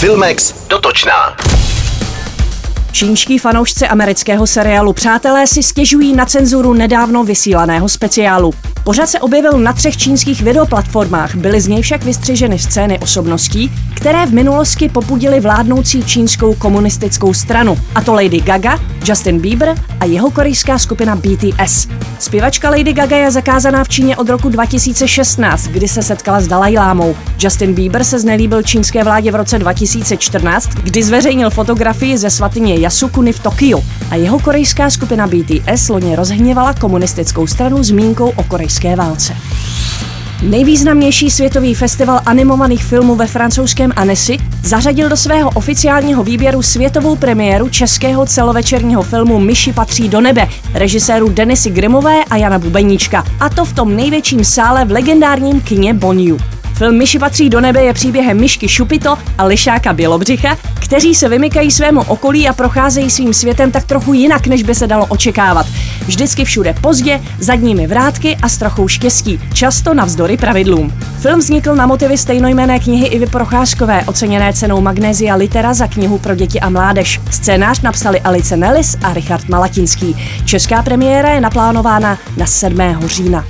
Filmex dotočná. Čínští fanoušci amerického seriálu Přátelé si stěžují na cenzuru nedávno vysílaného speciálu. Pořad se objevil na 3 čínských videoplatformách, byly z něj však vystřiženy scény osobností, které v minulosti popudily vládnoucí čínskou komunistickou stranu, a to Lady Gaga, Justin Bieber a jeho korejská skupina BTS. Zpěvačka Lady Gaga je zakázaná v Číně od roku 2016, kdy se setkala s Dalajlámou. Justin Bieber se znelíbil čínské vládě v roce 2014, kdy zveřejnil fotografii ze svatyně Yasukuni v Tokiu, a jeho korejská skupina BTS loni rozhněvala komunistickou stranu zmínkou o korejské válce. Nejvýznamnější světový festival animovaných filmů ve francouzském Annecy zařadil do svého oficiálního výběru světovou premiéru českého celovečerního filmu Myši patří do nebe režisérů Denisy Grimové a Jana Bubeníčka, a to v tom největším sále v legendárním kině Bonnieu. Film Myši patří do nebe je příběhem myšky Šupito a lišáka Bělobřicha, kteří se vymykají svému okolí a procházejí svým světem tak trochu jinak, než by se dalo očekávat. Vždycky všude pozdě, zadními vrátky a s trochou štěstí, často navzdory pravidlům. Film vznikl na motivy stejnojmenné knihy Ivy Procházkové, oceněné cenou Magnesia Litera za knihu pro děti a mládež. Scénář napsali Alice Nellis a Richard Malatinský. Česká premiéra je naplánována na 7. října.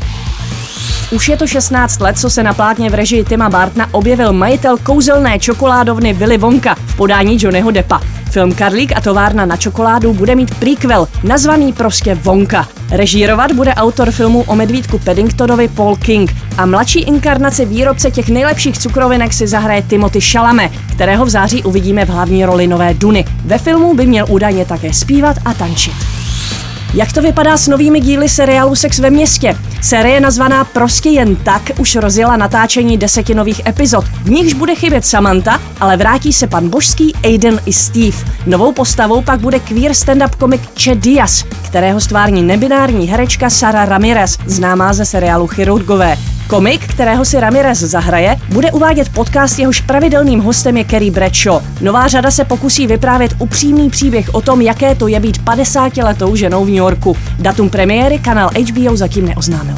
Už je to 16 let, co se na plátně v režii Tima Burtona objevil majitel kouzelné čokoládovny Willy Wonka v podání Johnnyho Deppa. Film Karlík a továrna na čokoládu bude mít prequel, nazvaný prostě Wonka. Režírovat bude autor filmu o medvídku Paddingtonovi Paul King a mladší inkarnace výrobce těch nejlepších cukrovinek si zahraje Timothée Chalamet, kterého v září uvidíme v hlavní roli nové Duny. Ve filmu by měl údajně také zpívat a tančit. Jak to vypadá s novými díly seriálu Sex ve městě? Série nazvaná Prostě jen tak už rozjela natáčení 10 nových epizod. V nichž bude chybět Samantha, ale vrátí se pan Božský, Aiden i Steve. Novou postavou pak bude queer stand-up komik Che Diaz, kterého stvární nebinární herečka Sara Ramirez, známá ze seriálu Chirurgové. Komik, kterého si Ramirez zahraje, bude uvádět podcast, jehož pravidelným hostem je Carrie Bradshaw. Nová řada se pokusí vyprávět upřímný příběh o tom, jaké to je být 50letou ženou v New Yorku. Datum premiéry kanál HBO zatím neoznámil.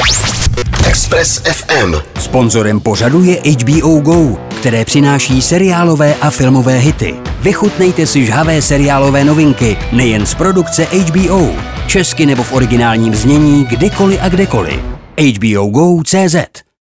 Express FM. Sponzorem pořadu je HBO Go, které přináší seriálové a filmové hity. Vychutnejte si žhavé seriálové novinky, nejen z produkce HBO. Česky nebo v originálním znění, kdykoliv a kdekoliv. HBO Go.cz